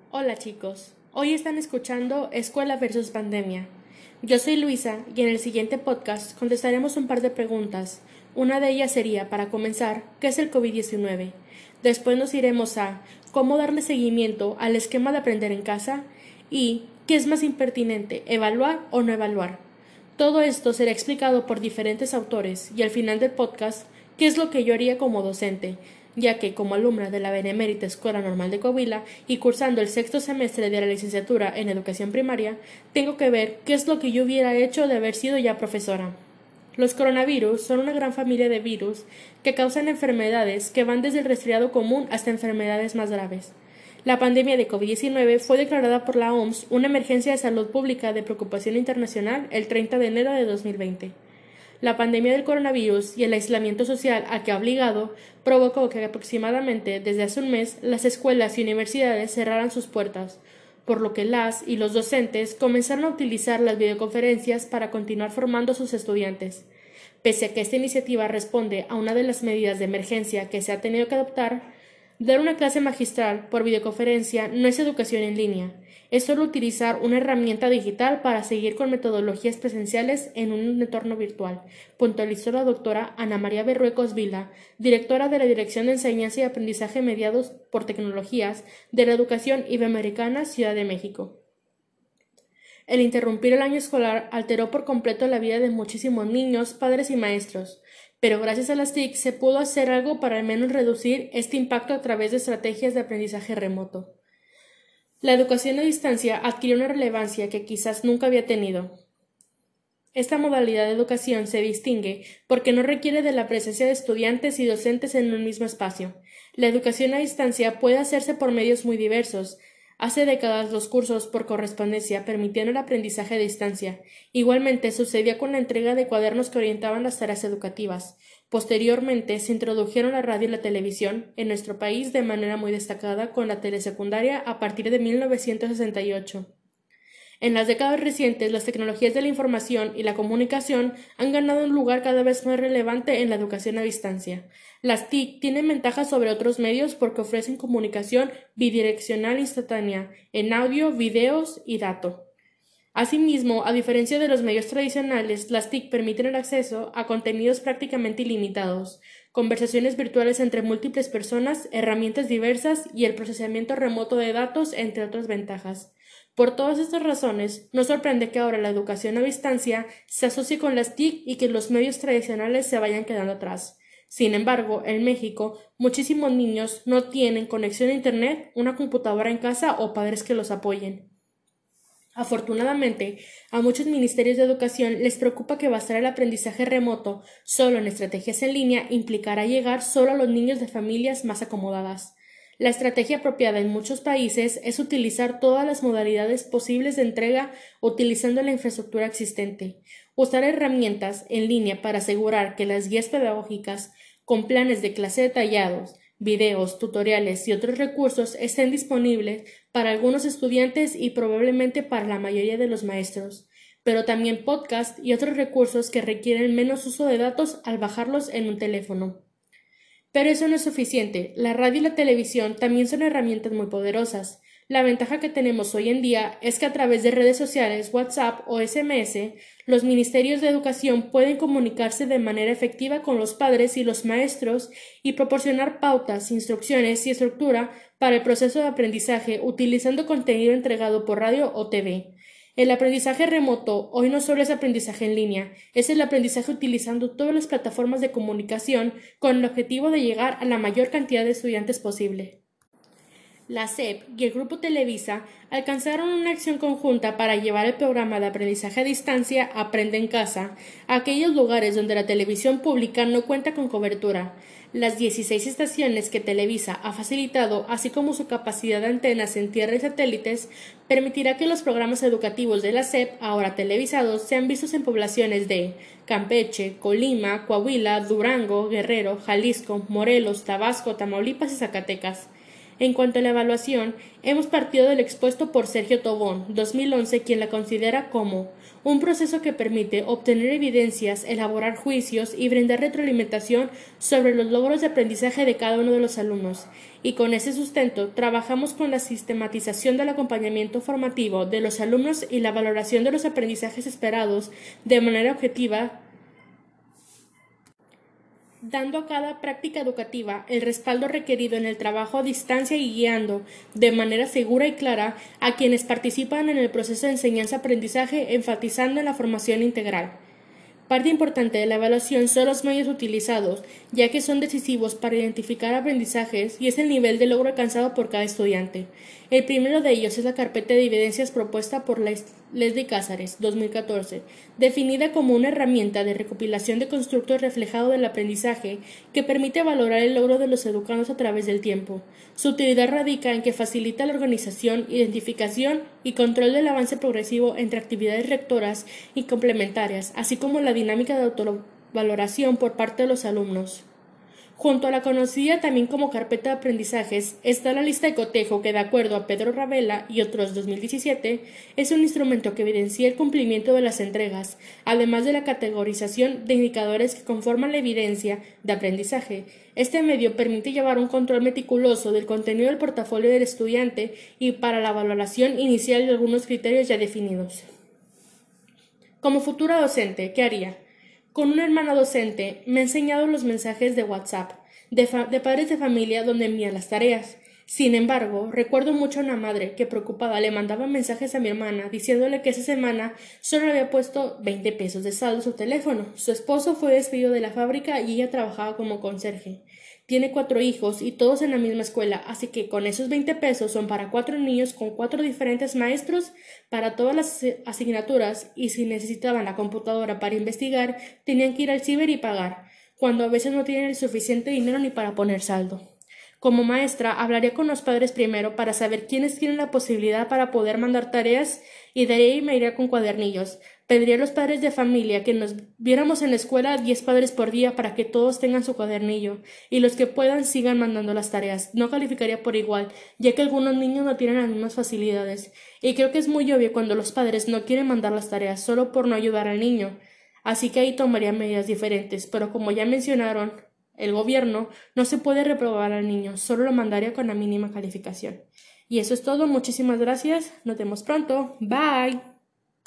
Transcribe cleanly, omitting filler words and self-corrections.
Hola chicos, hoy están escuchando Escuela versus Pandemia. Yo soy Luisa y en el siguiente podcast contestaremos un par de preguntas. Una de ellas sería, para comenzar, ¿qué es el COVID-19? Después nos iremos a cómo darle seguimiento al esquema de aprender en casa y ¿qué es más impertinente, evaluar o no evaluar? Todo esto será explicado por diferentes autores y al final del podcast, ¿qué es lo que yo haría como docente? Ya que, como alumna de la Benemérita Escuela Normal de Coahuila y cursando el sexto semestre de la licenciatura en Educación Primaria, tengo que ver qué es lo que yo hubiera hecho de haber sido ya profesora. Los coronavirus son una gran familia de virus que causan enfermedades que van desde el resfriado común hasta enfermedades más graves. La pandemia de COVID-19 fue declarada por la OMS una emergencia de salud pública de preocupación internacional el 30 de enero de 2020. La pandemia del coronavirus y el aislamiento social a que ha obligado provocó que aproximadamente desde hace un mes las escuelas y universidades cerraran sus puertas, por lo que las y los docentes comenzaron a utilizar las videoconferencias para continuar formando a sus estudiantes. Pese a que esta iniciativa responde a una de las medidas de emergencia que se ha tenido que adoptar, dar una clase magistral por videoconferencia no es educación en línea, es solo utilizar una herramienta digital para seguir con metodologías presenciales en un entorno virtual, puntualizó la doctora Ana María Berruecos Vila, directora de la Dirección de Enseñanza y Aprendizaje Mediados por Tecnologías de la Educación Iberoamericana, Ciudad de México. El interrumpir el año escolar alteró por completo la vida de muchísimos niños, padres y maestros, pero gracias a las TIC se pudo hacer algo para al menos reducir este impacto a través de estrategias de aprendizaje remoto. La educación a distancia adquirió una relevancia que quizás nunca había tenido. Esta modalidad de educación se distingue porque no requiere de la presencia de estudiantes y docentes en un mismo espacio. La educación a distancia puede hacerse por medios muy diversos. Hace décadas los cursos por correspondencia permitían el aprendizaje a distancia. Igualmente sucedía con la entrega de cuadernos que orientaban las tareas educativas. Posteriormente se introdujeron la radio y la televisión en nuestro país de manera muy destacada con la telesecundaria a partir de 1968. En las décadas recientes, las tecnologías de la información y la comunicación han ganado un lugar cada vez más relevante en la educación a distancia. Las TIC tienen ventajas sobre otros medios porque ofrecen comunicación bidireccional instantánea en audio, videos y datos. Asimismo, a diferencia de los medios tradicionales, las TIC permiten el acceso a contenidos prácticamente ilimitados, conversaciones virtuales entre múltiples personas, herramientas diversas y el procesamiento remoto de datos, entre otras ventajas. Por todas estas razones, no sorprende que ahora la educación a distancia se asocie con las TIC y que los medios tradicionales se vayan quedando atrás. Sin embargo, en México, muchísimos niños no tienen conexión a Internet, una computadora en casa o padres que los apoyen. Afortunadamente, a muchos ministerios de educación les preocupa que basar el aprendizaje remoto solo en estrategias en línea implicará llegar solo a los niños de familias más acomodadas. La estrategia apropiada en muchos países es utilizar todas las modalidades posibles de entrega utilizando la infraestructura existente, usar herramientas en línea para asegurar que las guías pedagógicas con planes de clase detallados, videos, tutoriales y otros recursos estén disponibles para algunos estudiantes y probablemente para la mayoría de los maestros, pero también podcast y otros recursos que requieren menos uso de datos al bajarlos en un teléfono. Pero eso no es suficiente. La radio y la televisión también son herramientas muy poderosas. La ventaja que tenemos hoy en día es que a través de redes sociales, WhatsApp o SMS, los ministerios de educación pueden comunicarse de manera efectiva con los padres y los maestros y proporcionar pautas, instrucciones y estructura para el proceso de aprendizaje utilizando contenido entregado por radio o TV. El aprendizaje remoto hoy no solo es aprendizaje en línea, es el aprendizaje utilizando todas las plataformas de comunicación con el objetivo de llegar a la mayor cantidad de estudiantes posible. La SEP y el Grupo Televisa alcanzaron una acción conjunta para llevar el programa de aprendizaje a distancia Aprende en Casa a aquellos lugares donde la televisión pública no cuenta con cobertura. Las 16 estaciones que Televisa ha facilitado, así como su capacidad de antenas en tierra y satélites, permitirá que los programas educativos de la SEP, ahora televisados, sean vistos en poblaciones de Campeche, Colima, Coahuila, Durango, Guerrero, Jalisco, Morelos, Tabasco, Tamaulipas y Zacatecas. En cuanto a la evaluación, hemos partido del expuesto por Sergio Tobón, 2011, quien la considera como un proceso que permite obtener evidencias, elaborar juicios y brindar retroalimentación sobre los logros de aprendizaje de cada uno de los alumnos. Y con ese sustento, trabajamos con la sistematización del acompañamiento formativo de los alumnos y la valoración de los aprendizajes esperados de manera objetiva, dando a cada práctica educativa el respaldo requerido en el trabajo a distancia y guiando de manera segura y clara a quienes participan en el proceso de enseñanza-aprendizaje, enfatizando en la formación integral. Parte importante de la evaluación son los medios utilizados, ya que son decisivos para identificar aprendizajes y es el nivel de logro alcanzado por cada estudiante. El primero de ellos es la carpeta de evidencias propuesta por Leslie Cázares, 2014, definida como una herramienta de recopilación de constructos reflejado del aprendizaje que permite valorar el logro de los educandos a través del tiempo. Su utilidad radica en que facilita la organización, identificación y control del avance progresivo entre actividades rectoras y complementarias, así como la dinámica de autovaloración por parte de los alumnos. Junto a la conocida también como carpeta de aprendizajes está la lista de cotejo que, de acuerdo a Pedro Ravela y otros 2017, es un instrumento que evidencia el cumplimiento de las entregas, además de la categorización de indicadores que conforman la evidencia de aprendizaje. Este medio permite llevar un control meticuloso del contenido del portafolio del estudiante y para la valoración inicial de algunos criterios ya definidos. Como futura docente, ¿qué haría? Con una hermana docente me ha enseñado los mensajes de WhatsApp de padres de familia donde envía las tareas. Sin embargo, recuerdo mucho a una madre que preocupada le mandaba mensajes a mi hermana diciéndole que esa semana solo le había puesto 20 pesos de saldo en su teléfono. Su esposo fue despedido de la fábrica y ella trabajaba como conserje. Tiene 4 hijos y todos en la misma escuela, así que con esos 20 pesos son para 4 niños con 4 diferentes maestros para todas las asignaturas y si necesitaban la computadora para investigar, tenían que ir al ciber y pagar, cuando a veces no tienen el suficiente dinero ni para poner saldo. Como maestra, hablaría con los padres primero para saber quiénes tienen la posibilidad para poder mandar tareas y de ahí me iría con cuadernillos. Pediría a los padres de familia que nos viéramos en la escuela 10 padres por día para que todos tengan su cuadernillo y los que puedan sigan mandando las tareas. No calificaría por igual, ya que algunos niños no tienen las mismas facilidades. Y creo que es muy obvio cuando los padres no quieren mandar las tareas solo por no ayudar al niño. Así que ahí tomaría medidas diferentes, pero como ya mencionaron, el gobierno no se puede reprobar al niño, solo lo mandaría con la mínima calificación. Y eso es todo, muchísimas gracias, nos vemos pronto, bye.